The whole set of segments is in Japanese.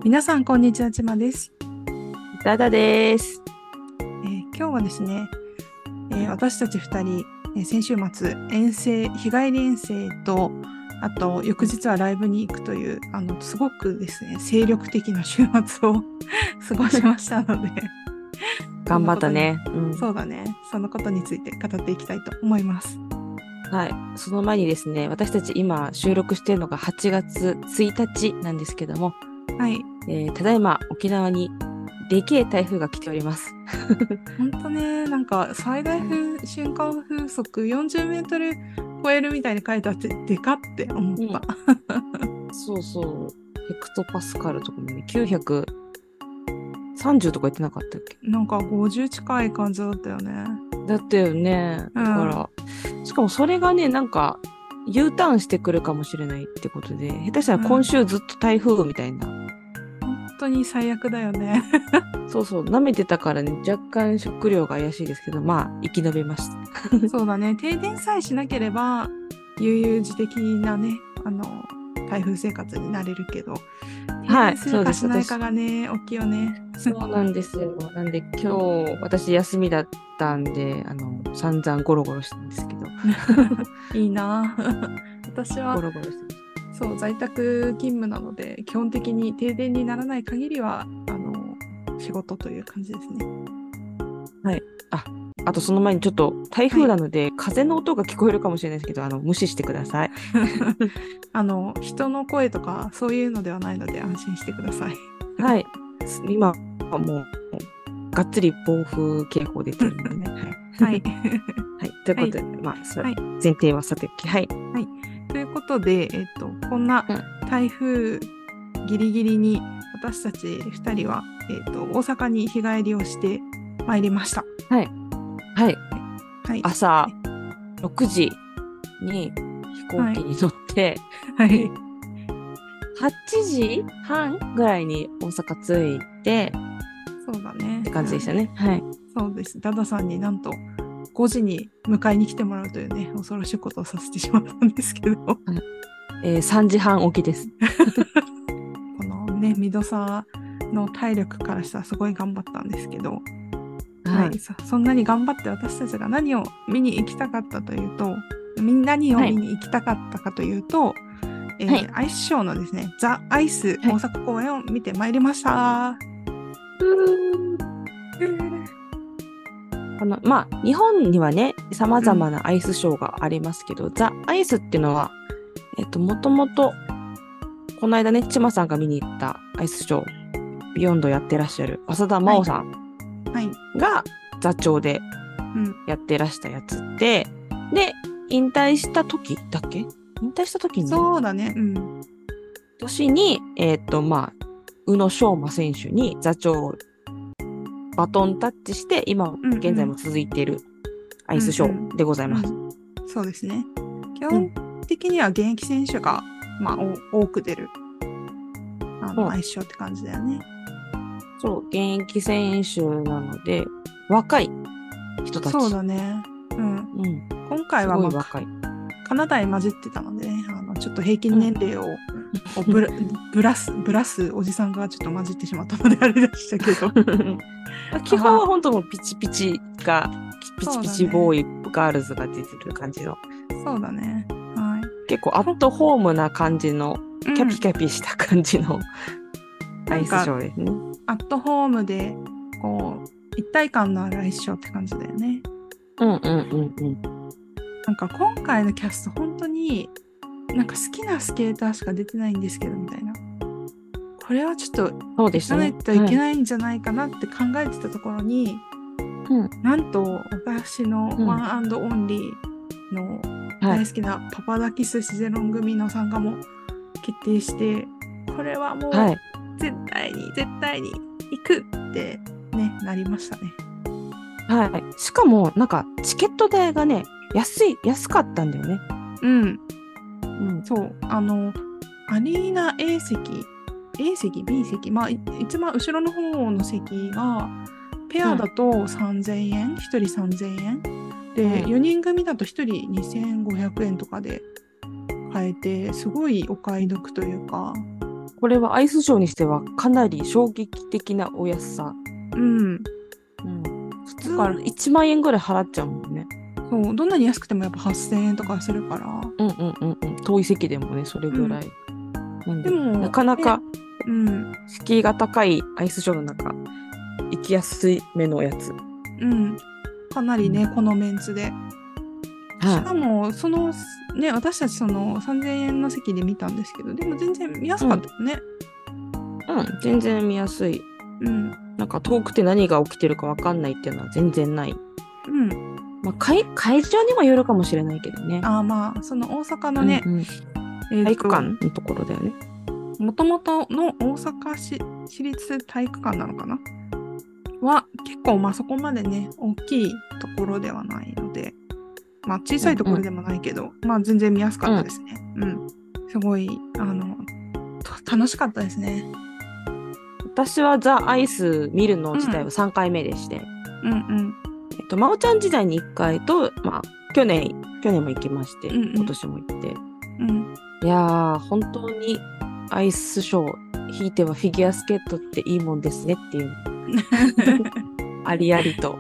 皆さんこんにちは、ちまです。 ダダです。 今日はですね、私たち2人、先週末日帰り遠征と、あと翌日はライブに行くという、すごくですね、精力的な週末を過ごしましたので、 頑張ったね。 そうだね、そのことについて語っていきたいと思います。 はい。その前にですね、私たち今収録しているのが8月1日なんですけども、 はい。 ただいま沖縄にでけえ台風が来ております。 ほんとね、なんか最大瞬間風速40メートル超えるみたいに書いてあって、でかって思った。 そうそう。ヘクトパスカルとかもね、930とか言ってなかったっけ？ なんか50近い感じだったよね。 だったよね。だから、しかもそれがね、なんか U ターンしてくるかもしれないってことで、下手したら今週ずっと台風みたいな。 本当に最悪だよね。 そうそう、舐めてたからね、若干食料が怪しいですけど、まあ、生き延びました。 そうだね。停電さえしなければ、悠々自適なね、台風生活になれるけど、停はい、 電するかそうです。 しないかがね、大きいよね。 そうなんですよ。なんで今日、私休みだったんで、散々ゴロゴロしたんですけど。 いいな私は、 ゴロゴロしてそう、在宅勤務なので、基本的に停電にならない限りは、仕事という感じですね。 はい。あとその前にちょっと台風なので、風の音が聞こえるかもしれないですけど、無視してください。 人の声とかそういうのではないので安心してください。 はい。今はもう、がっつり暴風警報出てるんでね。 はい。 はい。ということで、まあ、前提はさておき。はい。 はい。ということで、こんな台風ギリギリに私たち2人は、大阪に日帰りをしてまいりました。 はい。はい。 はい、 朝6時に飛行機に乗って、 はい。 8時半ぐらいに大阪着いて、 そうだね。 って感じでしたね。はい。 そうです。ダダさんになんと5時に迎えに来てもらうというね、恐ろしいことをさせてしまったんですけど。 3時半起きです。 このね、ミドサの体力からしたらすごい頑張ったんですけど、はい、そんなに頑張って私たちが何を見に行きたかったというと、何を見に行きたかったかというと、アイスショーのですね、ザ・アイス大阪公演を見てまいりました。 まあ、日本にはね、様々なアイスショーがありますけど、ザ・アイスっていうのは、もともと、この間ね、ちまさんが見に行ったアイスショー、ビヨンドやってらっしゃる浅田真央さんが座長でやってらしたやつで、で、引退した時だっけ？引退した時に、 そうだね。 年に、まあ、宇野昌磨選手に座長をバトンタッチして、今、現在も続いているアイスショーでございます。 そうですね。基本的には現役選手が、まあ、多く出るアイスショーって感じだよね。 そう、現役選手なので、若い人たち。 そうだね。今回は、 若い。 カナダへ混じってたので、ね、ちょっと平均年齢を、ぶらすおじさんがちょっと混じってしまったのであれでしたけど。 基本は本当もうピチピチボーイ、ガールズが出てる感じの。 そうだね。はい。 結構アットホームな感じの、キャピキャピした感じのアイスショーですね。 アットホームで、こう、一体感のあるアイスショーって感じだよね。なんか今回のキャスト本当になんか好きなスケーターしか出てないんですけどみたいな。これはちょっと行かないといけないんじゃないかなって考えてたところに、なんと私のワンアンドオンリーの大好きなパパダキスシゼロン組の参加も決定して、これはもう絶対に行くってね、なりましたね。 はい。しかもなんかチケット代がね、安かったんだよね。 そう。アリーナ A 席、B 席、まあ、一番後ろの方の席が、ペアだと3000円、1人3000円。で、4人組だと1人2500円とかで買えて、すごいお買い得というか、 これはアイスショーにしてはかなり衝撃的なお安さ。 うん。 うん。普通から1万円ぐらい払っちゃうもんね。 そう、どんなに安くてもやっぱ8000円とかするから。 遠い席でもね、それぐらい。なんでも、なかなか、敷居が高いアイスショーの中、行きやすい目のやつ。 かなりね、このメンツで。しかも、私たち3000円の席で見たんですけど、でも全然見やすかったよね。 全然見やすい。なんか遠くて何が起きてるか分かんないっていうのは全然ない。まあ、会場にもよるかもしれないけどね。 まあ、その大阪のね、 体育館のところだよね。 もともとの大阪市立体育館なのかなは、結構そこまでね、大きいところではないので、小さいところでもないけど、全然見やすかったですね。すごい、楽しかったですね。 私はザ・アイス見るの自体は3回目でして。真央ちゃん時代に1回と、去年も行きまして、今年も行って。いやー、本当にアイスショー、ひいてはフィギュアスケートっていいもんですねっていう。ありありと。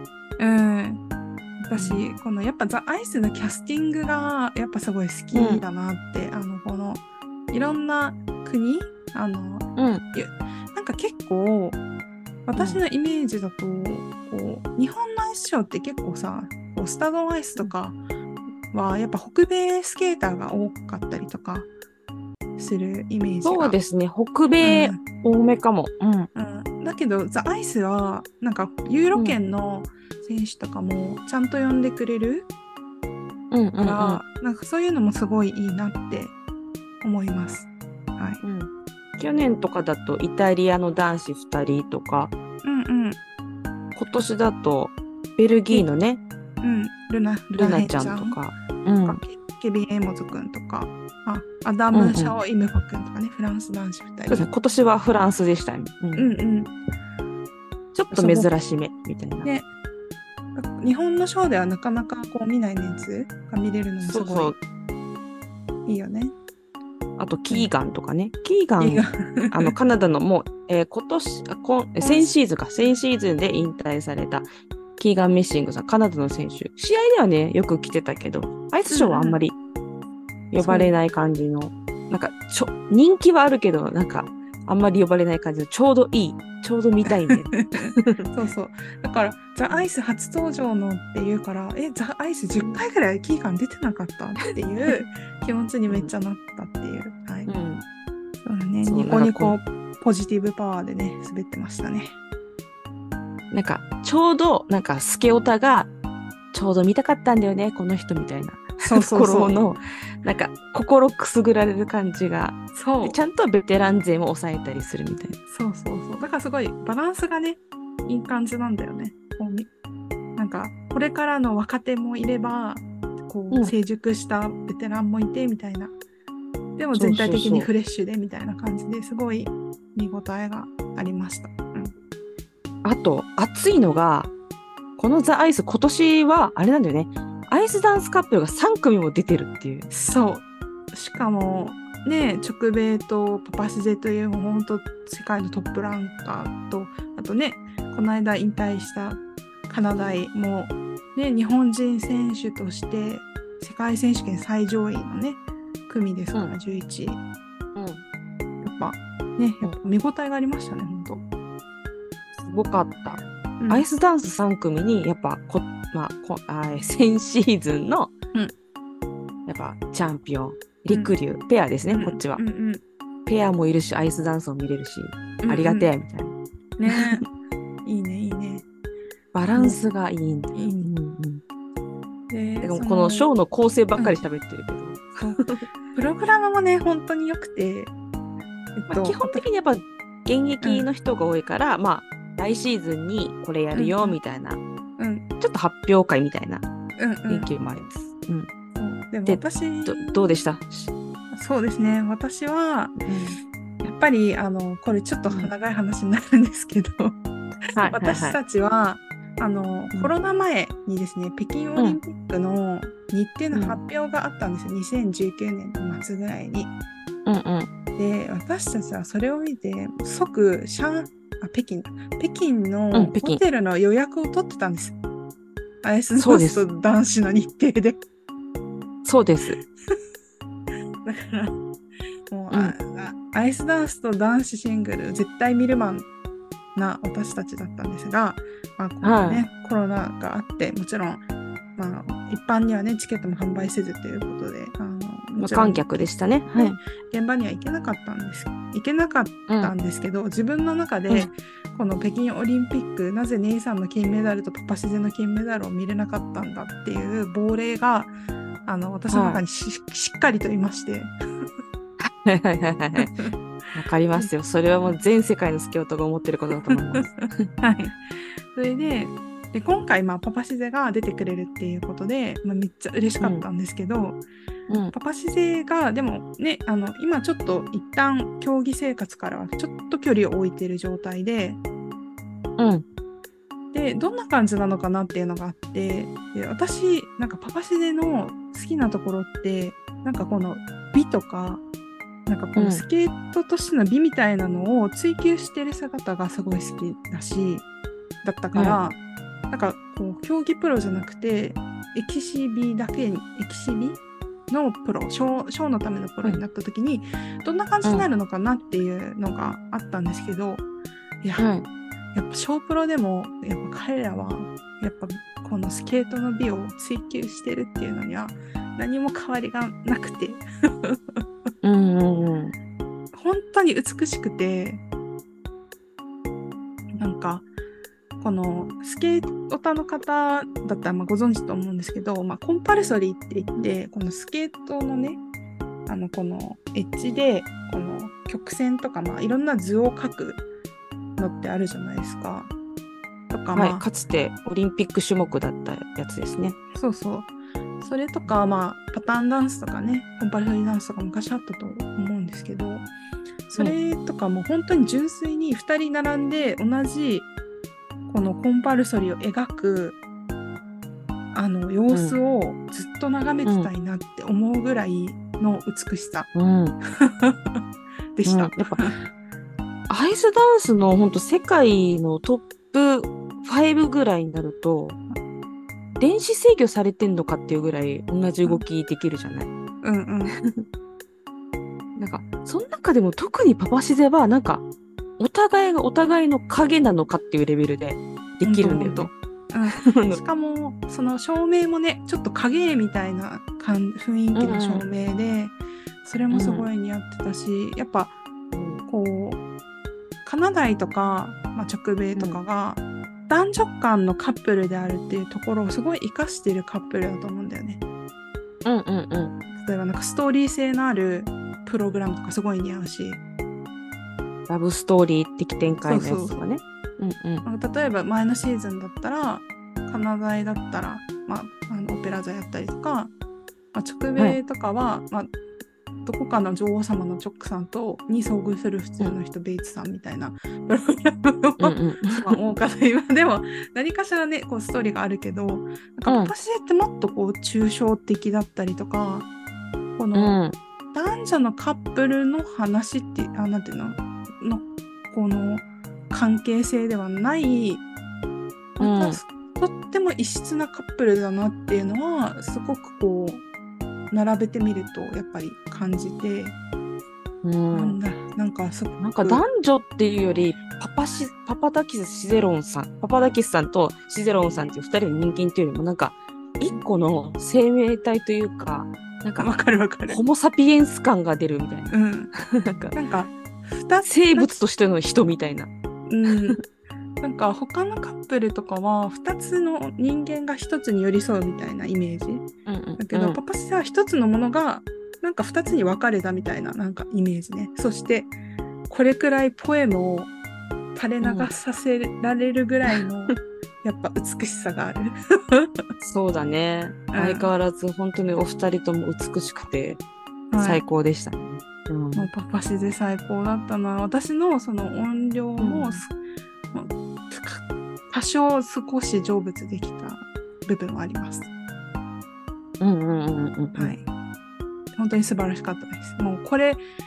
私、このやっぱザ・アイスのキャスティングがやっぱすごい好きだなって、このいろんな国、なんか結構私のイメージだと、日本のアイスショーって結構さ、スタドンアイスとかはやっぱ北米スケーターが多かったりとかするイメージが。 そうですね、北米多めかも。 だけどザ・アイスはなんかユーロ圏の選手とかもちゃんと呼んでくれるから、なんかそういうのもすごいいいなって思います。 去年とかだとイタリアの男子2人とか、今年だとベルギーのね、 ルナちゃんとか、ケビン・エモズ君とか、アダム・シャオ・イムファ君とかね、フランス男子2人。 今年はフランスでしたね。ちょっと珍しめみたいな。 ね、日本のショーではなかなか見ないメンツが見れるのもすごいいいよね。 あとキーガンとかね。キーガンカナダのもう、先シーズンで引退されたキーガン・メッシングさん、カナダの選手。試合ではね、よく来てたけど、アイスショーはあんまり呼ばれない感じの、なんか人気はあるけど、なんかあんまり呼ばれない感じの、ちょうど見たいね。 そう。だから、ザ・アイス初登場のっていうから、ザ・アイス10回ぐらいキーガン出てなかったっていう気持ちにめっちゃなったっていう。そうだね、ニコニコポジティブパワーでね、滑ってましたね。 なんか、ちょうど、なんか、スケオタが、ちょうど見たかったんだよね、この人みたいな。ところの、なんか、心くすぐられる感じが、ちゃんとベテラン勢も抑えたりするみたいな。 そう。だからすごいバランスがね、いい感じなんだよね。なんか、これからの若手もいれば、成熟したベテランもいてみたいな。でも全体的にフレッシュでみたいな感じですごい見応えがありました。 あと、熱いのが、このザ・アイス、今年は、あれなんだよね。アイスダンスカップルが3組も出てるっていう。 そう。しかも、ね、直米とパパシゼという本当世界のトップランカーと、あとね、この間引退したカナダイも、ね、日本人選手として世界選手権最上位のね、組ですから、11位。やっぱ見応えがありましたね、本当。 すごかった。アイスダンス3組に、やっぱ先シーズンの、やっぱチャンピオン、陸竜、ペアですね、こっちは。ペアもいるし、アイスダンスも見れるし、ありがてえ、みたいな。 ねいいね。 バランスがいいんだ。でもこのショーの構成ばっかり喋ってるけど。 プログラムもね、本当に良くて。 基本的にやっぱ現役の人が多いから、来シーズンにこれやるよみたいな、ちょっと発表会みたいな雰囲気もあります。 でも私どうでした？ そうですね、私は、やっぱりこれちょっと長い話になるんですけど、私たちはコロナ前にですね、北京オリンピックの日程の発表があったんですよ、2019年の末ぐらいに。 うんうん。 で、私たちはそれを見て、即北京の北京。 ホテルの予約を取ってたんです。アイスダンスそうです。 と男子の日程で。 そうです。 だから、もううん。 アイスダンスと男子シングル、絶対見るマンな私たちだったんですが、まあ、今回ね、 はコロナがあって、もちろん、まあ、一般にはね、チケットも販売せずということで、 い。無もちろん、 観客でしたね。はね、 い。 現場には行けなかったんです。行けなかったんですけど、自分の中で、 うん。 この北京オリンピック、なぜ姉さんの金メダルとパパシゼの金メダルを見れなかったんだっていう亡霊が、私の中にしっかりといまして。 はいはいはいはい。わかりますよ。それはもう全世界のスケートが思ってることだと思います。 はい。それで、今回、パパシゼが出てくれるっていうことで、めっちゃ嬉しかったんですけど、パパシゼが、でもね、今ちょっと一旦競技生活からはちょっと距離を置いてる状態で、で、どんな感じなのかなっていうのがあって、で私、なんかパパシゼの好きなところって、なんかこの美とか、なんかこのスケートとしての美みたいなのを追求してる姿がすごい好きだったから、なんかこう競技プロじゃなくてエキシビのプロショーのためのプロになった時にどんな感じになるのかなっていうのがあったんですけど、いや、やっぱショープロでもやっぱ彼らはやっぱこのスケートの美を追求してるっていうのには何も変わりがなくて本当に美しくて、なんかこのスケートの方だったらご存知と思うんですけど、コンパルソリーって言ってこのスケートのね、このエッジでこの曲線とか、いろんな図を描くのってあるじゃないですか。とか、 はい、かつてオリンピック種目だったやつですね。 そうそう。それとか、パターンダンスとかね、コンパルソリーダンスとか昔あったと思うんですけど、それとかも本当に純粋に2人並んで同じこのコンパルソリーを描く様子をずっと眺めてたいなって思うぐらいの美しさ、でした。 やっぱアイスダンスの本当世界のトップ5ぐらいになると電子制御されてんのかっていうぐらい同じ動きできるじゃない。なんかその中でも特にパパシゼはなんかお互いがお互いの影なのかっていうレベルでできるんだよね。 しかもその照明もねちょっと影絵みたいな雰囲気の照明で、それもすごい似合ってたし、やっぱこうカナダイとか、直米とかが、男女間のカップルであるっていうところをすごい活かしているカップルだと思うんだよね。例えばなんかストーリー性のあるプログラムとかすごい似合うし、 ラブストーリー的展開のやつとかね。 例えば前のシーズンだったらカナダイだったら、オペラ座やったりとか、直米とかは、どこかの女王様のチョックさんに遭遇する普通の人、ベイツさんみたいなプログラムを多かった今でも何かしらねこうストーリーがあるけど、なんかパパシゼってもっとこう抽象的だったりとか、この男女のカップルの話ってなんていうのこの関係性ではない、とっても異質なカップルだなっていうのはすごくこう並べてみるとやっぱり感じて、なんか男女っていうよりパパダキスさんとシゼロンさんっていう2人の人間っていうよりもなんか一個の生命体というか、なんかわかるホモサピエンス感が出るみたいな、 なんか生物としての人みたいな。 なんか他のカップルとかは2つの人間が1つに寄り添うみたいなイメージ、だけどパパシゼは1つのものがなんか2つに分かれたみたいななんかイメージね。そしてこれくらいポエムを垂れ流させられるぐらいのやっぱ美しさがあるそうだね、相変わらず本当にお二人とも美しくて最高でしたね。 もうパパシゼ最高だったな。私のその音量も、多少少し成仏できた部分はあります。はい。本当に素晴らしかったです。もうこれ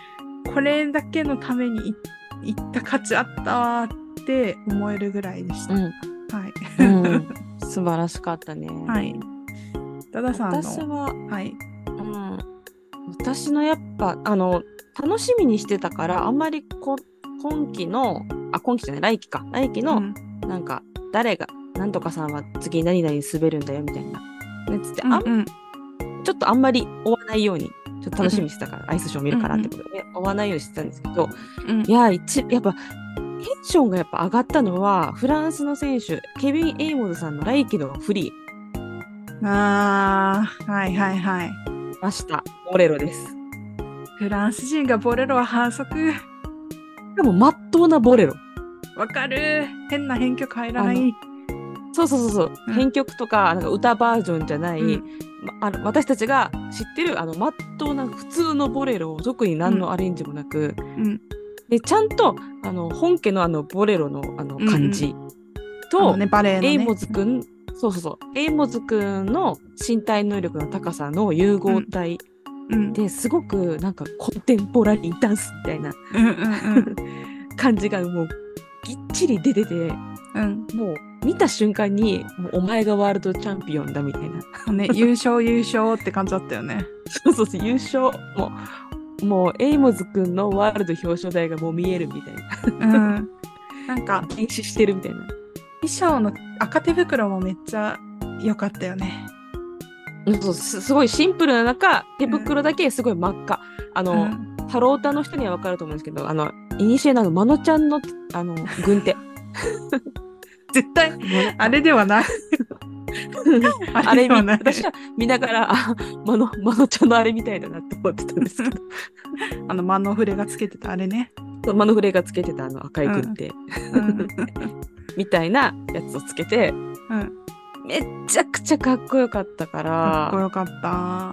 これだけのために行った価値あったわって思えるぐらいでした。はい。 素晴らしかったね。 はい。ダダさんの私は、 はい。 私のやっぱ楽しみにしてたからあんまり今期の来期の、なんか誰がなんとかさんは次何々滑るんだよみたいなねつって、ちょっとあんまり追わないようにちょっと楽しみにしてたから、アイスショー見るからってことで、追わないようにしてたんですけど、いややっぱテンションがやっぱ上がったのはフランスの選手ケビン・エイモズさんの来季のフリー。はいはいはい。 ましたボレロです。 フランス人がボレロは反則。 でもまっとうなボレロ。 わかる。変な編曲入らない。 そう、編曲とか、なんか歌バージョンじゃない、私たちが知ってるまっとうな普通のボレロを特に何のアレンジもなく、でちゃんと本家のボレロの感じと、エイモズくん、エイモズくんの身体能力の高さの融合体ですごくなんかコンテンポラリーダンスみたいな感じがもうぎっちり出てて、もう見た瞬間にもうお前がワールドチャンピオンだみたいな、 ね、優勝って感じだったよね。 そう優勝もうエイモズくんのワールド表彰台がもう見えるみたいな、 なんか演出してるみたいな。 衣装の赤手袋もめっちゃ良かったよね。 すごいシンプルな中、手袋だけすごい真っ赤。ハロータの人には分かると思うんですけど、イニシエのマノちゃんの軍手絶対あれではないあれ私は見ながらマノちゃんのあれみたいだなって思ってたんですけどマノフレがつけてたあれね。 マノフレがつけてた赤い軍手、みたいなやつをつけて、めっちゃくちゃかっこよかったから。 かっこよかった。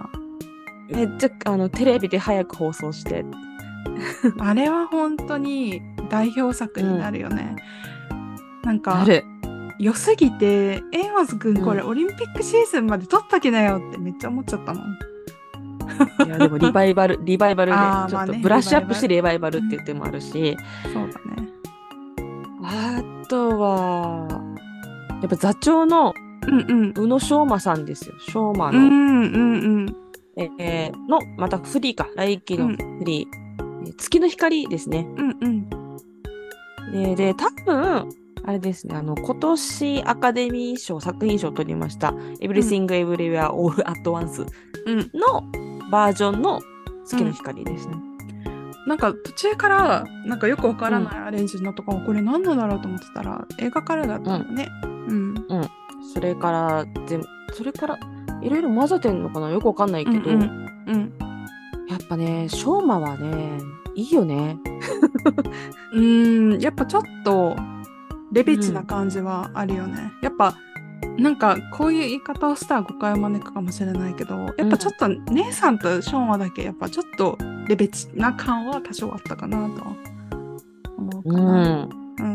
めっちゃテレビで早く放送してあれは本当に代表作になるよね。なんか良すぎてエイモズくんこれオリンピックシーズンまで撮ったきなよってめっちゃ思っちゃったもん。 いやでもリバイバルでちょっとブラッシュアップしてリバイバルって言ってもあるし、 そうだね。 あとはやっぱ座長の宇野昌磨さんですよ。昌磨ののまたフリーか来季のフリー、月の光ですね。で多分あれですね、今年アカデミー賞作品賞を取りました「Everything Everywhere All at Once」のバージョンの月の光ですね。 なんか途中からなんかよくわからないアレンジのとか、これ何なんだろうと思ってたら映画からだったんだね。 それからいろいろ混ぜてんのかな、よくわかんないけど、やっぱね昌磨はねいいよね。 やっぱちょっとレベチな感じはあるよね。やっぱなんかこういう言い方をしたら誤解を招くかもしれないけど、やっぱちょっと姉さんと昌磨だけやっぱちょっとレベチな感は多少あったかなと思うかな。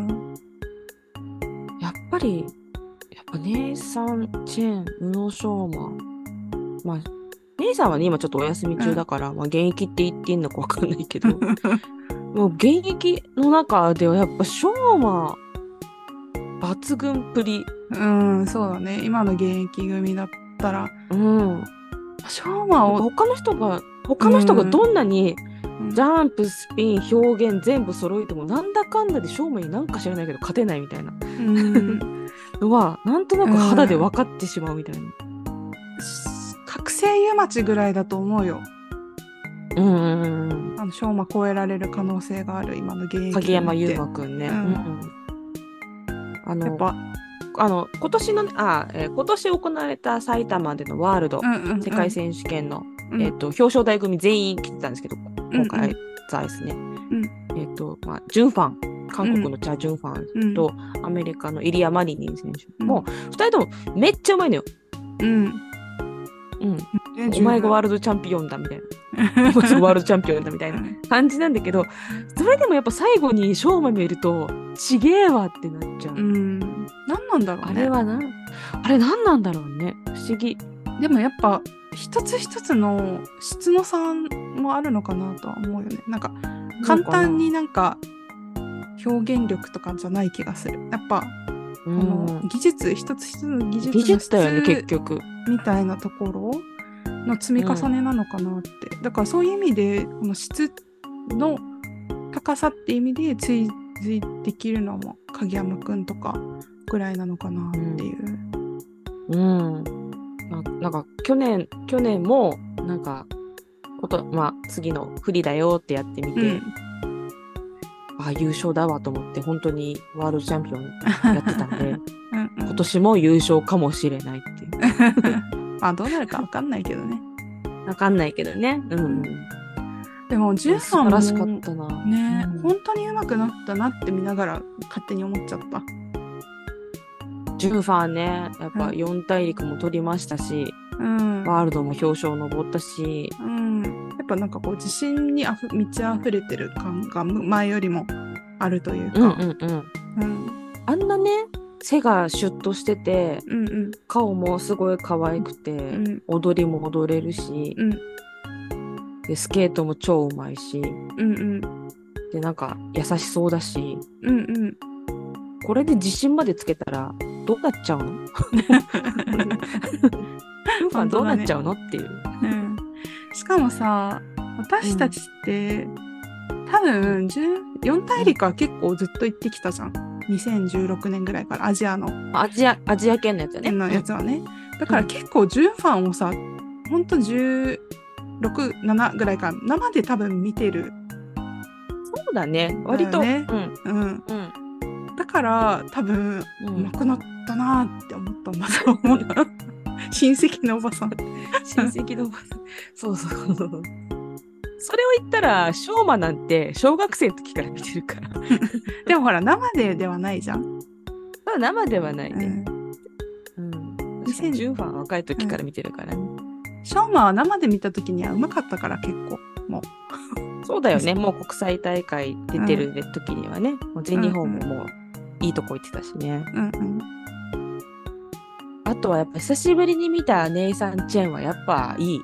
やっぱ姉さんチェン宇野昌磨、まあ姉さんはね今ちょっとお休み中だから、現役って言っていいのか分かんないけどもう現役の中ではやっぱ昌磨抜群っぷり。 そうだね。今の現役組だったら昌磨を他の人がどんなにジャンプスピン表現全部揃えてもなんだかんだで昌磨になんか知らないけど勝てないみたいなのはなんとなく肌で分かってしまうみたいな。 覚醒湯町ぐらいだと思うよ。昌磨超えられる可能性がある今の現役。 影山優馬くんね。やっぱ今年行われた埼玉でのワールド世界選手権の、表彰台組全員来てたんですけど、今回ザイスね、ジュンファン、韓国のチャ・ジュンファンと、アメリカのイリア・マリニン選手も、2人ともめっちゃうまいのよ。お前がワールドチャンピオンだみたいなワールドチャンピオンだみたいな感じなんだけど、それでもやっぱ最後に昌磨見るとちげえわってなっちゃう。 何なんだろうね。 あれ何なんだろうね、不思議。 でもやっぱ一つ一つの質の差もあるのかなとは思うよね。なんか簡単になんか表現力とかじゃない気がする。やっぱこの技術一つ一つの技術の質だよね結局みたいなところの積み重ねなのかなって、だからそういう意味でこの質の高さって意味で追随できるのも影山くんとかぐらいなのかなっていう。 なんか去年もなんか次の不利だよってやってみて、優勝だわと思って本当にワールドチャンピオンやってたんで今年も優勝かもしれないっていうどうなるか分かんないけどね。 分かんないけどね。 でもジュンファンも素晴らしかったな。 ね、本当に上手くなったなって見ながら勝手に思っちゃった。 ジュンファンね、やっぱ4大陸も取りましたし、ワールドも表彰登ったし、 やっぱなんかこう自信に満ち溢れてる感が前よりもあるというか、あんなね背がシュッとしてて、顔もすごい可愛くて、踊りも踊れるし、でスケートも超うまいし、でなんか優しそうだし、これで自信までつけたらどうなっちゃうの？ジュンファンどうなっちゃうのっていう。 しかもさ、私たちって、多分4大陸は結構ずっと行ってきたじゃん。2016年ぐらいからアジア圏のやつね。 のやつはね。だから結構ジュンファンをさ、ほんと16、7ぐらいから生で多分見てる。 そうだね。割と。 だから多分上手くなったなって思ったんだと思う。親戚のおばさん。 親戚のおばさん。そう。それを言ったら、しょうまなんて小学生の時から見てるから。 でもほら、生ではないじゃん。 生ではないね。ジュンファンは若い時から見てるからね。 しょうまは生で見た時には上手かったから結構。もう。そうだよね。もう国際大会出てる時にはね、もう全日本ももういいとこ行ってたしね。あとはやっぱ久しぶりに見たネイサン・チェンはやっぱいい。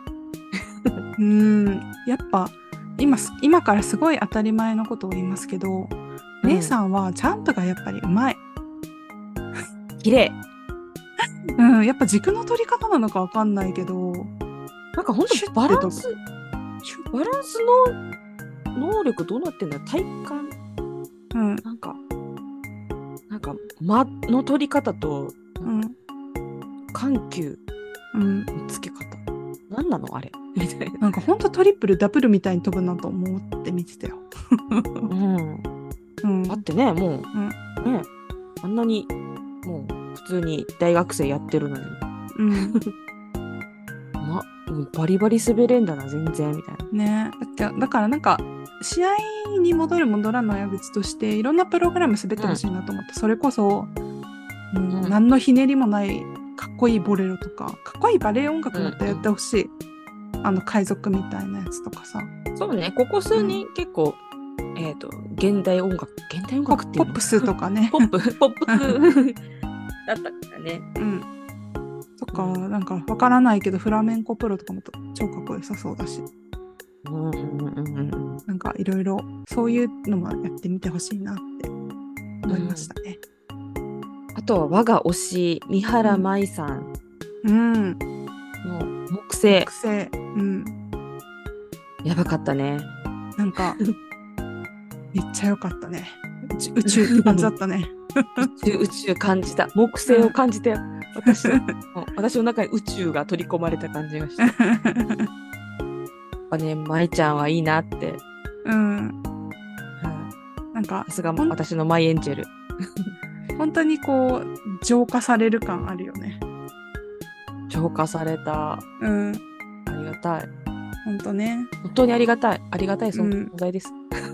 やっぱ今からすごい当たり前のことを言いますけど、ネイさんはジャンプがやっぱりうまい。 綺麗。 やっぱ軸の取り方なのかわかんないけど、 なんかほんとバランスの能力どうなってんだ？体幹、なんか間の取り方と、緩急のつけ方、何なのあれみたいな。 なんかほんとトリプルダブルみたいに飛ぶなと思って見てたよ。 だってね、もう、ね、あんなにもう普通に大学生やってるのに、バリバリ滑れんだな全然みたいな。 ね、だからなんか試合に戻る戻らないは別としていろんなプログラム滑ってほしいなと思って、それこそ何のひねりもないかっこいいボレロとかかっこいいバレエ音楽だったらやってほしい。海賊みたいなやつとかさ。 そうね、ここ数年結構、現代音楽っていうのポップスとかね。 ポップスだったからね。 とか、なんかわからないけどフラメンコプロとかも超かっこよさそうだし。なんかいろいろそういうのもやってみてほしいなって思いましたね。 あとは我が推し三原舞さんの木星。やばかったね。 なんかめっちゃ良かったね。宇宙って感じだったね。 宇宙感じた。木星を感じて私の中に宇宙が取り込まれた感じがした。やっぱね、舞ちゃんはいいなって。 なんかさすが私のマイエンジェル。 本当にこう浄化される感あるよね。 浄化された。ありがたい。 本当ね。 本当にありがたい存在です。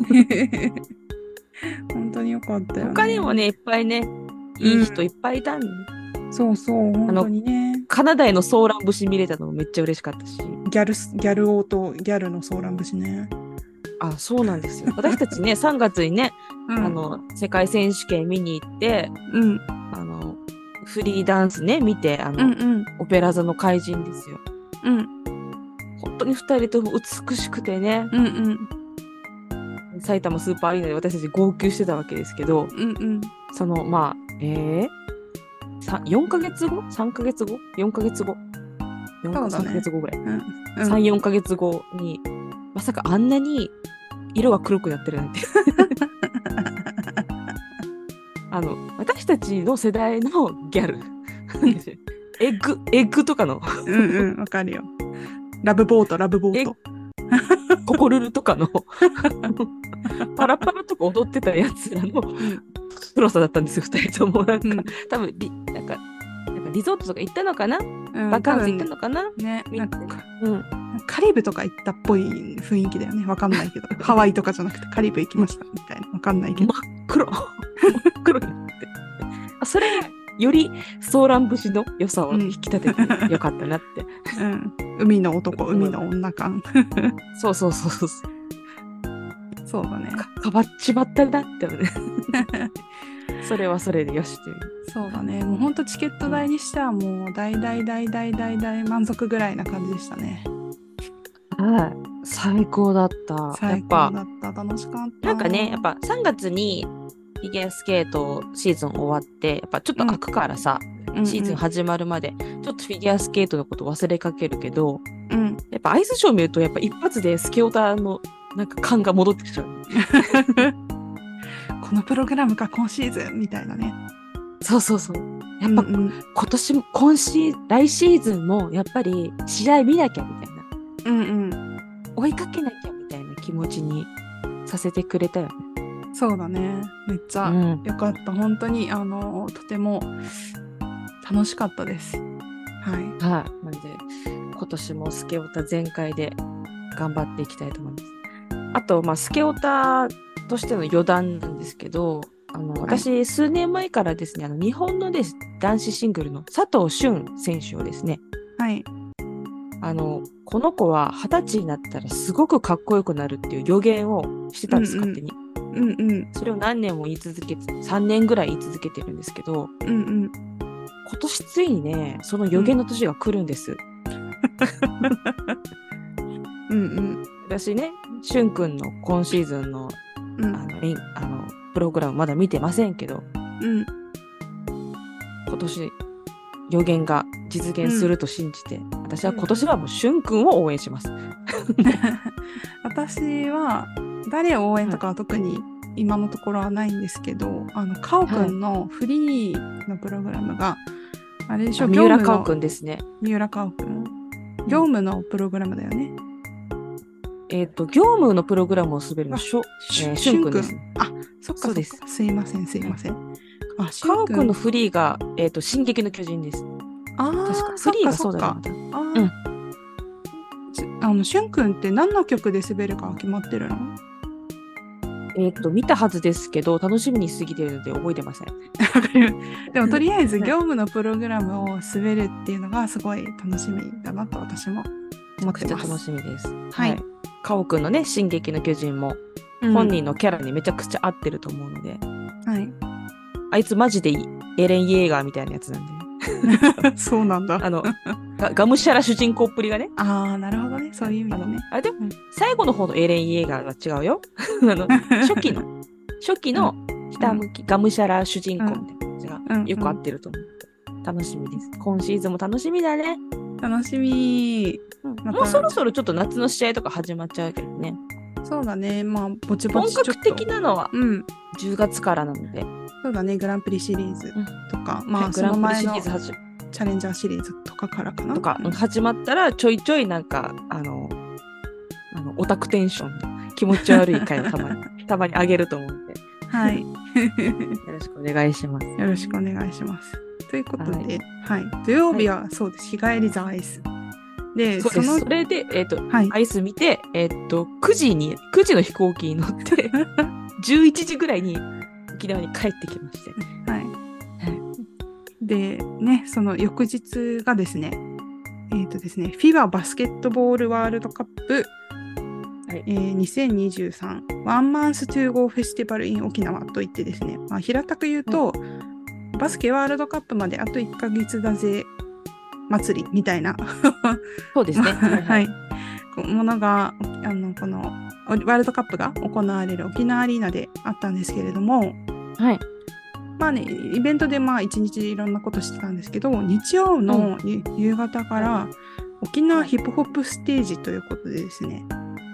本当によかったよね。 他にもねいっぱいねいい人いっぱいいたんで、 そう本当にね。 カナダへのソーラン節見れたのもめっちゃ嬉しかったし、 ギャル王とギャルのソーラン節ね。 そうなんですよ。私たちね3月にね、世界選手権見に行って、フリーダンスね見てオペラ座の怪人ですよ。本当に2人とも美しくてね、 埼玉スーパーアリーナで私たち号泣してたわけですけど、 うんうん。 そのまあ4ヶ月後 ?3 ヶ月後 ?4 ヶ月後4か、3ヶ月後ぐらい、 うん 3、4ヶ月後にまさかあんなに色が黒くなってるなんて私たちの世代のギャルエッグとかのわかるよ。ラブボートココルルとかのパラパラとか踊ってたやつらの黒さだったんですよ、2人とも。なんか、多分なんかリゾートとか行ったのかな、バカンス行ったのかな、 ね、なんか、カリブとか行ったっぽい雰囲気だよね。わかんないけどハワイとかじゃなくてカリブ行きましたみたいな。わかんないけど真っ黒になってそれよりソーラン節の良さを引き立ててよかったなって、 海の男、海の女感そうそうだね。 変わっちまったなってねそれはそれでよしっていう。 そうだね。もうほんとチケット代にしてはもう大満足ぐらいな感じでしたね。 はい、最高だった。 最高だった。楽しかった。 なんかね、やっぱ3月にフィギュアスケートシーズン終わってやっぱちょっと空くからさ、シーズン始まるまでちょっとフィギュアスケートのこと忘れかけるけど、やっぱアイスショー見るとやっぱ一発でスケオタのなんか感が戻ってきちゃうこのプログラムか今シーズンみたいなね。 そうやっぱ、今年も来シーズンもやっぱり試合見なきゃみたいな、追いかけなきゃみたいな気持ちにさせてくれたよね。 そうだね。めっちゃよかった。本当にとても楽しかったです。 なんで今年もスケオタ全開で頑張っていきたいと思います。あとスケオタとしての余談なんですけど、私数年前からですね、日本のです男子シングルの佐藤駿選手をですね、この子は20歳になったらすごくかっこよくなるっていう予言をしてたんです、勝手に。それを何年も言い続けて、3年ぐらい言い続けてるんですけど、今年ついにね、その予言の年が来るんです。私ね、俊くんの今シーズンの、プログラムまだ見てませんけど、今年予言が実現すると信じて、私は今年はもう俊くんを応援します。 私は誰を応援とかは特に今のところはないんですけど、カオくんのフリーのプログラムが、あれでしょ、 三浦カオくんですね。 三浦カオくん。業務のプログラムだよね。 業務のプログラムを滑るの俊くんですね。 そっかそうです。すいません。 カオくんのフリーが進撃の巨人です。確かフリーがそうだよね。 俊くんって何の曲で滑るか決まってるの？ 見たはずですけど楽しみにしすぎてるので覚えてません。 でもとりあえず業務のプログラムを滑るっていうのがすごい楽しみだなと私も思ってます。 楽しみです。カオくんのね進撃の巨人も本人のキャラにめちゃくちゃ合ってると思うので、あいつマジでエレン・イェーガーみたいなやつなんで。 そうなんだ。 がむしゃら主人公っぷりがね。 なるほどね。そういう意味だね。 でも、最後の方のエレン・イェーガーは違うよ。初期のひたむき、がむしゃら主人公みたいな感じがよく合ってると思う。楽しみです。今シーズンも楽しみだね。 楽しみ。 もうそろそろちょっと夏の試合とか始まっちゃうけどね。 そうだね。ぼちぼち本格的なのは10月からなので。 そうだね。グランプリシリーズとか、 グランプリシリーズチャレンジャーシリーズとかからかな。 とか始まったらちょいちょいなんかオタクテンション気持ち悪い回をたまに上げると思うんで。よろしくお願いします。 よろしくお願いします。ということで、土曜日はそうです。日帰りザアイス。で、 それで、アイス見て、9時の飛行機に乗って、11時ぐらいに沖縄に帰ってきまして。 で、ね、その翌日がですね、FIBA バスケットボールワールドカップ、2023ワンマンストゥーゴーフェスティバルイン沖縄といってですね、平たく言うと、バスケワールドカップまであと1ヶ月だぜ祭りみたいなそうですね。 ものがこのワールドカップが行われる沖縄アリーナであったんですけれども、 はい。 まあね、イベントで一日いろんなことしてたんですけど、日曜の夕方から沖縄ヒップホップステージということでですね、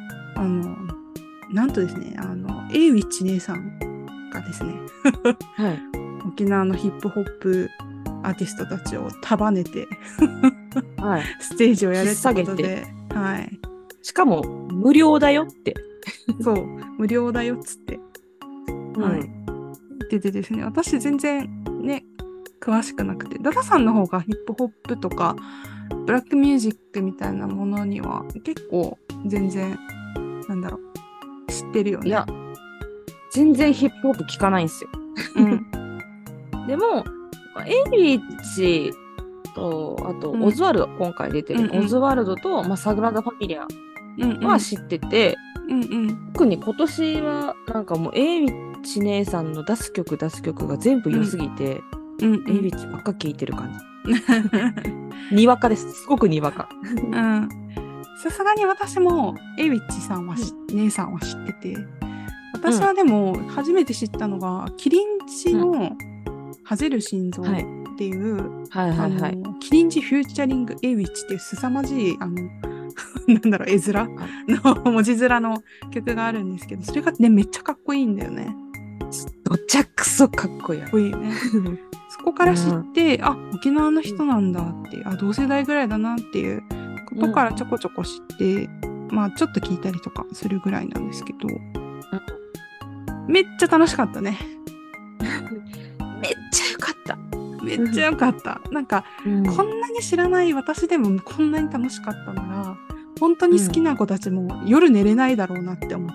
なんとですね、エイウィッチ姉さんがですね、 はい、 沖縄のヒップホップアーティストたちを束ねてはい、 ステージをやるってことで、はい、 しかも無料だよってそう無料だよっつって、はい、でですね、私全然ね詳しくなくて、ダダさんの方がヒップホップとかブラックミュージックみたいなものには結構全然なんだろう知ってるよね。 いや全然ヒップホップ聞かないんですよ。でもエリッチとあとオズワルド、今回出てるオズワルドと、サグラダ・ファミリアは知ってて、特に今年はなんかもうエイビッチ姉さんの出す曲が全部良すぎて、エイビッチばっか聴いてる感じ。にわかです。すごくにわか。 さすがに私もエイビッチさんは姉さんは知ってて、私はでも初めて知ったのが、キリンジのハゼる心臓っていう、キリンジフューチャリングエイビッチっていう凄まじいなんだろう絵面の文字面の曲があるんですけど、それがねめっちゃかっこいいんだよね。 どちゃくそかっこいい。 いいね。そこから知って、沖縄の人なんだっていう、同世代ぐらいだなっていうことからちょこちょこ知って、ちょっと聞いたりとかするぐらいなんですけど、めっちゃ楽しかったね。 めっちゃよかった。 めっちゃよかった。なんか、こんなに知らない私でもこんなに楽しかったなら、本当に好きな子たちも夜寝れないだろうなって思った。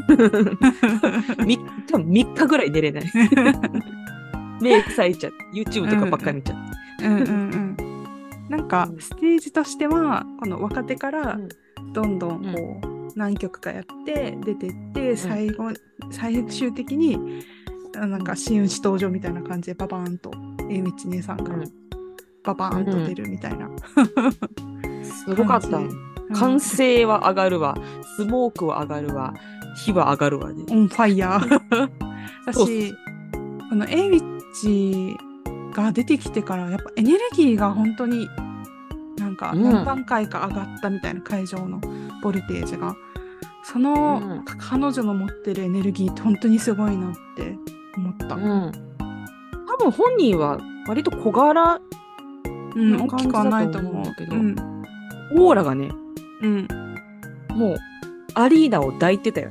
多分3日ぐらい寝れない。目咲いちゃって YouTube とかばっかり見ちゃって。 なんかステージとしてはこの若手からどんどんこう何曲かやって出てって最終的になんか真打ち登場みたいな感じでババーンとエイミッチ姉さんがババーンと出るみたいな、 すごかった。歓声は上がるわ、スモークは上がるわ、火は上がるわね。 オンファイヤーだし、このエイミッチが出てきてからやっぱエネルギーが本当になんか何段階か上がったみたいな、会場のボルテージがその、彼女の持ってるエネルギーって本当にすごいなって思った。多分本人は割と小柄大きくはないと思うんだけど、 オーラがね、もうアリーナを抱いてたよ。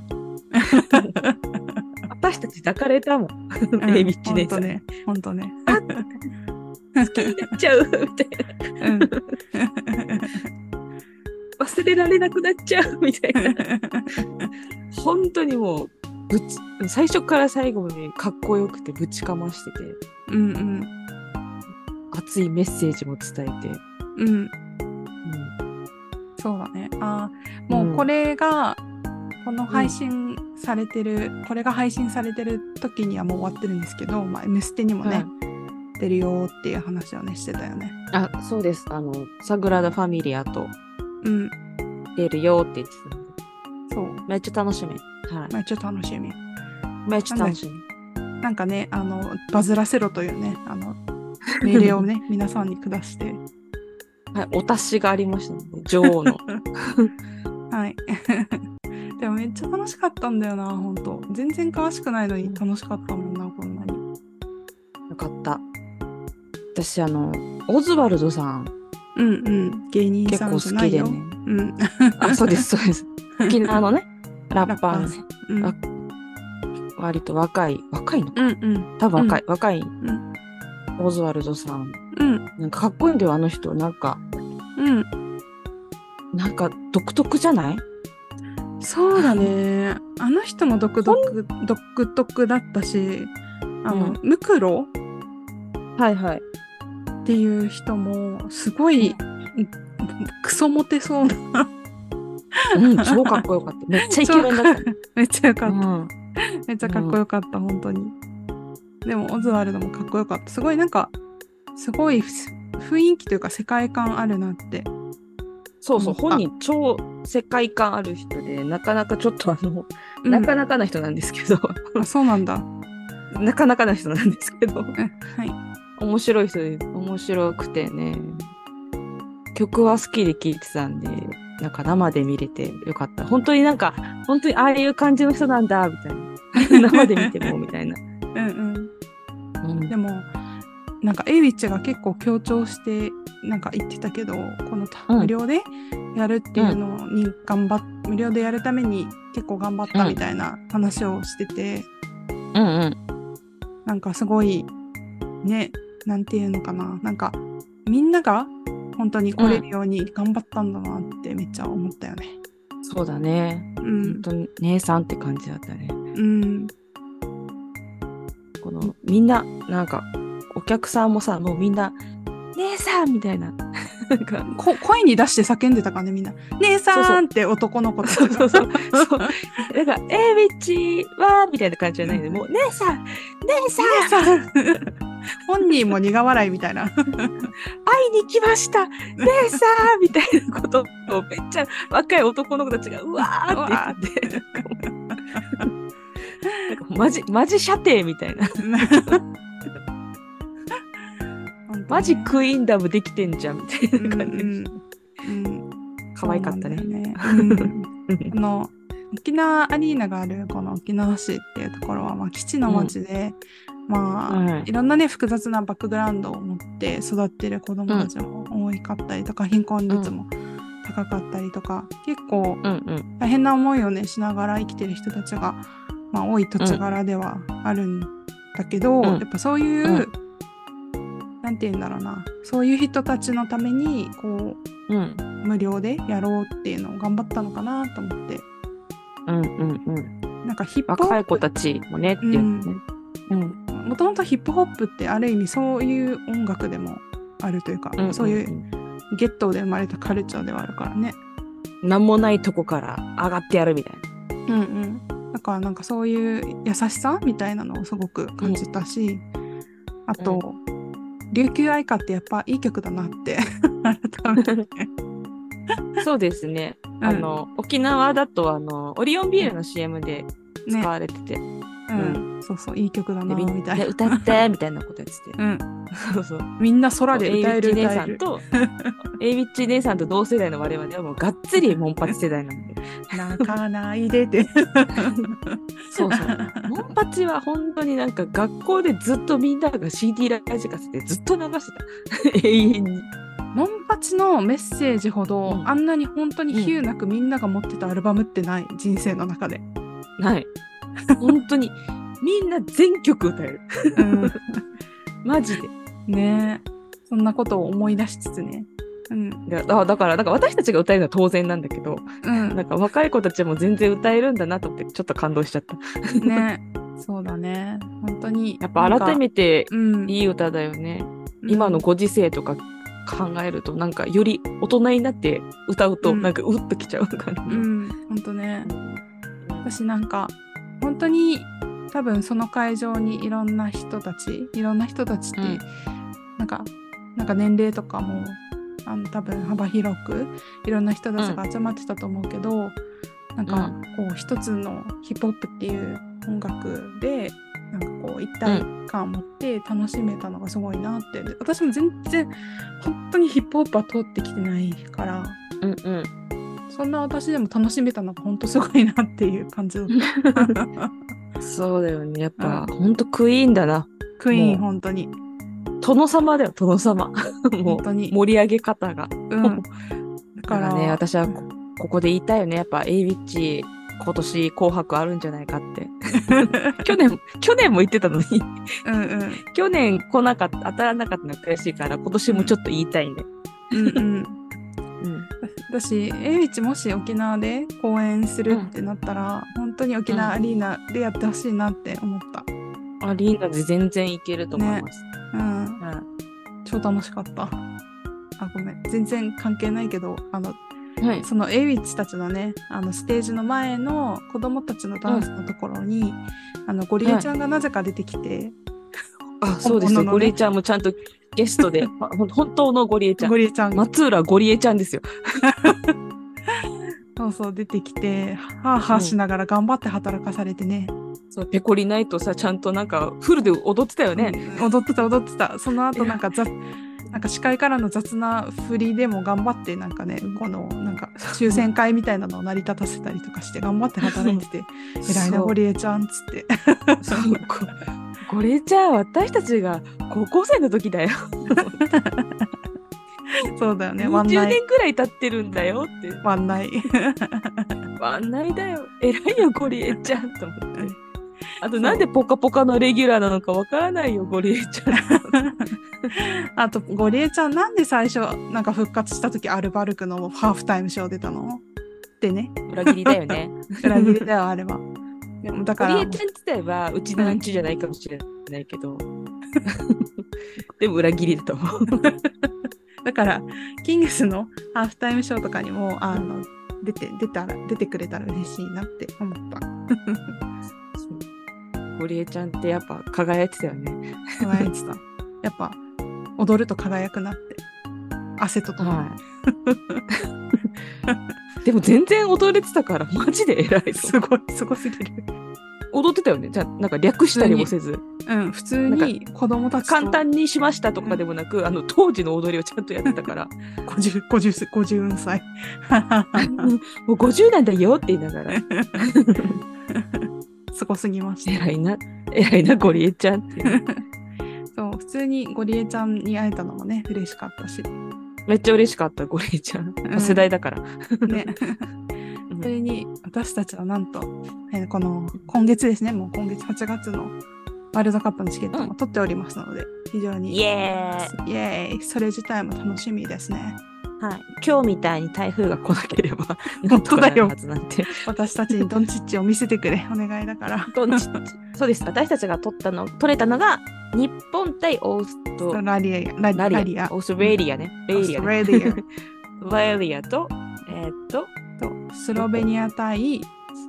私たち抱かれたもん。エイビッチ姉さん。 本当ね。 好きになっちゃうみたいな。忘れられなくなっちゃうみたいな。本当にもう最初から最後までかっこよくてぶちかましてて、熱いメッセージも伝えて、 そうだね。もうこれが、この配信されてる、これが配信されてる時にはもう終わってるんですけど、M ステにもね、出るよっていう話をねしてたよね。 そうです。サグラダ・ファミリアと出るよって言ってたので、そうめっちゃ楽しみ。 めっちゃ楽しみ。 めっちゃ楽しみ。 なんかね、バズらせろというね、命令をね皆さんに下して、 お達しがありましたので、女王の。 はい。でもめっちゃ楽しかったんだよな、本当。全然詳しくないのに楽しかったもんな、こんなに。 よかった。私オズワルドさん、 芸人さんじゃないよ。 結構好きでね。そうですそうです。沖縄のねラッパーね。割と若いのか。多分若い。オズワルドさん。なんかかっこいいんだよ、あの人。なんか独特じゃない？ そうだね。あの人も独特だったし、ムクロっていう人もすごい、クソモテそうな。 超かっこよかった。めっちゃイケメンだった。 めっちゃよかった。めっちゃかっこよかった、本当に。でもオズワルドもかっこよかった。すごい雰囲気というか世界観あるなってそうそう、本人超世界観ある人で、なかなかちょっとなかなかな人なんですけど、 あ、そうなんだ。 なかなかな人なんですけど、 はい。 面白い人で、面白くてね、曲は好きで聴いてたんで、なんか生で見れてよかった。本当になんか、本当にああいう感じの人なんだ、みたいな。生で見ても、みたいな。 でも、なんかエイウィッチが結構強調してなんか言ってたけど、この無料でやるっていうのに無料でやるために結構頑張ったみたいな話をしてて、なんかすごいね、なんていうのかな、なんかみんなが本当に来れるように頑張ったんだなってめっちゃ思ったよね。 そうだね。本当に姉さんって感じだったね。このみんななんかお客さんもさ、もうみんな姉さんみたいななんか声に出して叫んでたからね、みんな姉さんって男の子とかそうなんかウィッチはみたいな感じじゃないで、もう姉さん本人も苦笑いみたいな会いに来ました姉さんみたいなことをめっちゃ若い男の子たちがうわーって言ってなんかマジ射程みたいなマジクイーンダムできてんじゃんみたいな感じ、可愛かったね。 沖縄アリーナがあるこの沖縄市っていうところは、基地の町で、いろんなね複雑なバックグラウンドを持って育ってる子どもたちも多かったりとか、貧困率も高かったりとか、結構大変な思いをねしながら生きてる人たちが、多い土地柄ではあるんだけど、やっぱそういう、なんていうんだろうな、そういう人たちのためにこう、無料でやろうっていうのを頑張ったのかなと思って、なんかヒップホップ若い子たちもねっていうね、 もともとヒップホップってある意味そういう音楽でもあるというか、そういうゲットーで生まれたカルチャーではあるからね。 なんもないとこから上がってやるみたいな。 だからなんかそういう優しさみたいなのをすごく感じたし、あと、琉球愛歌ってやっぱいい曲だなって改めてそうですね、沖縄だとオリオンビールの CM で使われてて、 そうそういい曲だなみたいな、 歌ってみたいなことやってて、そうそうみんな空で歌える姉さんとエイビッチ姉さんと同世代の我々はもうがっつりモンパチ世代なんで泣かないでってそうモンパチは本当になんか学校でずっとみんなが CD ラジカセでずっと流してた永遠に。 モンパチのメッセージほど、あんなに本当に比喩なくみんなが持ってたアルバムってない、人生の中でない本当にみんな全曲歌える、マジでね。そんなことを思い出しつつね、 だから私たちが歌えるのは当然なんだけど、なんか若い子たちも全然歌えるんだなと思ってちょっと感動しちゃったね。そうだね、本当にやっぱ改めていい歌だよね、今のご時世とか考えるとなんかより大人になって歌うとなんかうっときちゃう感じ、 本当ね。私なんか本当に多分その会場にいろんな人たちって、なんか年齢とかも多分幅広くいろんな人たちが集まってたと思うけど、なんかこう一つのヒップホップっていう音楽でなんかこう一体感を持って楽しめたのがすごいなって、私も全然本当にヒップホップは通ってきてないから、そんな私でも楽しめたのが本当すごいなっていう感じだったそうだよね、やっぱ本当クイーンだな、 クイーン本当に殿様だよ、殿様もう本当に盛り上げ方が、 だからね、私はここで言いたいよね、やっぱエイビッチ今年紅白あるんじゃないかって去年も言ってたのに去年来なかった、当たらなかったのが悔しいから今年もちょっと言いたいね。 私エイビッチもし沖縄で公演するってなったら、本当に沖縄アリーナでやってほしいなって思った、 アリーナで全然いけると思います、 超楽しかった。ごめん全然関係ないけどそのエイビッチたちのねステージの前の子供たちのダンスのところに、ゴリエちゃんがなぜか出てきて、 そうですね、ゴリエちゃんもちゃんとゲストで、本当のゴリエちゃん。 ゴリエちゃん。 松浦ゴリエちゃんですよ。 そうそう、出てきて、はあはあしながら頑張って働かされてね。 そう、ペコリナイトさ、ちゃんとなんかフルで踊ってたよね。 踊ってた。その後なんか司会からの雑な振りでも頑張ってなんかね、このなんか抽選会みたいなのを成り立たせたりとかして頑張って働いてて、偉いなゴリエちゃんっつって。 ゴリエちゃん、私たちが高校生の時だよ。 そうだよね。 40年くらい経ってるんだよって。 ワンナイだよ。偉いよ、ゴリエちゃんと思って。あと、なんでポカポカのレギュラーなのかわからないよ、ゴリエちゃん。 あと、ゴリエちゃん、なんで最初、なんか復活した時アルバルクのハーフタイムショー出たのってね。 裏切りだよね。 裏切りだよ、あれは。でもだからゴリエちゃん自体は、うちなんちゅじゃないかもしれないけど。でも裏切りだと思う。 だから、キングスのハーフタイムショーとかにも、出てくれたら嬉しいなって思った。 ゴリエちゃんってやっぱ輝いてたよね。 輝いてた。やっぱ踊ると輝くなって。汗とともに。はい、 でも全然踊れてたからマジで偉い。 すごすぎる。 踊ってたよね。じゃあなんか略したりもせず。 普通に子供たちと簡単にしましたとかでもなく、当時の踊りをちゃんとやってたから。 50歳。 もう50なんだよって言いながら。 すごすぎました。 偉いな、ゴリエちゃんって。 そう、普通にゴリエちゃんに会えたのもね、嬉しかったし。 めっちゃ嬉しかった、ゴリエちゃん。世代だから。 ね。それに、私たちはなんと、今月ですね、もう今月8月のワールドカップのチケットも取っておりますので、非常に。 イエーイそれ自体も楽しみですね。 はい、今日みたいに台風が来なければなんとかなるはずなんて。 私たちにドンチッチを見せてくれ、お願いだから。 ドンチッチ。そうです。私たちが取れたのが日本対オーストラリア。オーストラリアね。レイリアとスロベニア対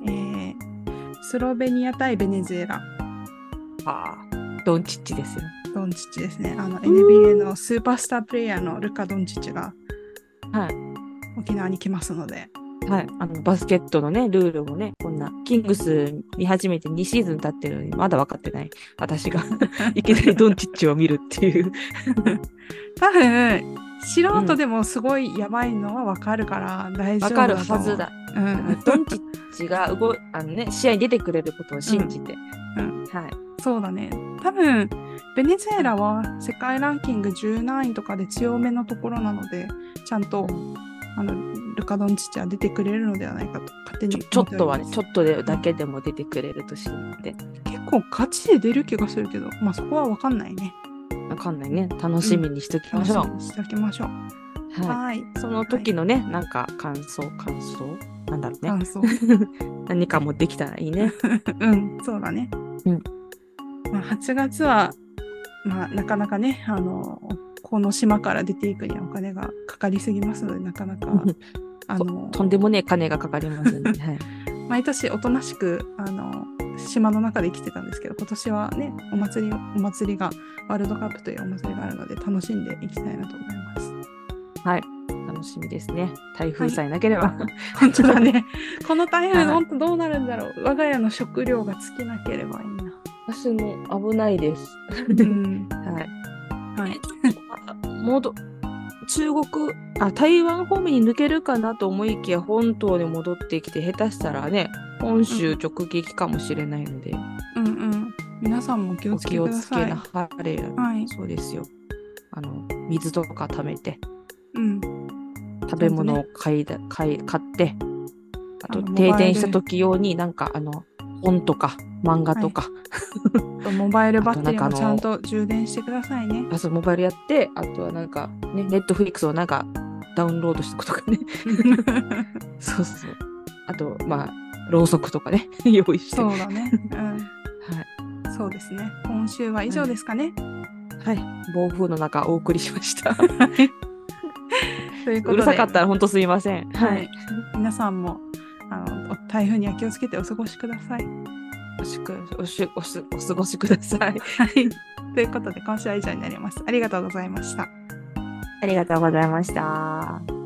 ベネズエラ。 ドンチッチですよ。 ドンチッチですね。NBA のスーパースタープレイヤーのルカ・ドンチッチが沖縄に来ますので。 はい。バスケットのね、ルールもね、こんな、キングス見始めて2シーズン経ってるのに、まだ分かってない。私が、いきなりドンチッチを見るっていう。 多分、素人でもすごいやばいのは分かるから大丈夫だと思う。 分かるはずだ。ドンチッチが試合に出てくれることを信じて。はい。 そうだね。多分、ベネズエラは世界ランキング10何位とかで強めのところなので、ちゃんと、ルカ・ドンチッチは出てくれるのではないかと勝手にちょっとはね、ちょっとだけでも出てくれると信じて。 結構ガチで出る気がするけど、まあそこは分かんないね。 分かんないね。楽しみにしときましょう。 楽しみにしておきましょう。はい。 その時のね、なんか感想なんだろうね。 感想何かもできたらいいね。 そうだね。まあ、8月は、まあ、なかなかね、この島から出ていくにはお金がかかりすぎますので、なかなかとんでもねえ金がかかりますね。 毎年おとなしく島の中で生きてたんですけど、今年はね、お祭りがワールドカップというお祭りがあるので楽しんでいきたいなと思います。 はい、楽しみですね。台風さえなければ、 本当だね。この台風本当どうなるんだろう。我が家の食料が尽きなければいいな。 私も危ないです。台湾方面に抜けるかなと思いきや本島に戻ってきて、下手したらね、本州直撃かもしれないので、 皆さんも気をつけください。 お気をつけなはれ、そうですよ。水とか貯めて、食べ物を買って、あと停電した時用になんか本とか漫画とか、 モバイルバッテリーもちゃんと充電してくださいね。 そう、モバイルやって、あとはなんかね、ネットフリックスをなんかダウンロードしたことかね。そう。あとろうそくとかね用意して。 そうだね。そうですね。今週は以上ですかね。 はい。暴風の中お送りしました。 ということで、 うるさかったら本当すいません。 皆さんも台風には気をつけてお過ごしください。 お過ごしください。はい。 ということで、今週は以上になります。ありがとうございました。 ありがとうございました。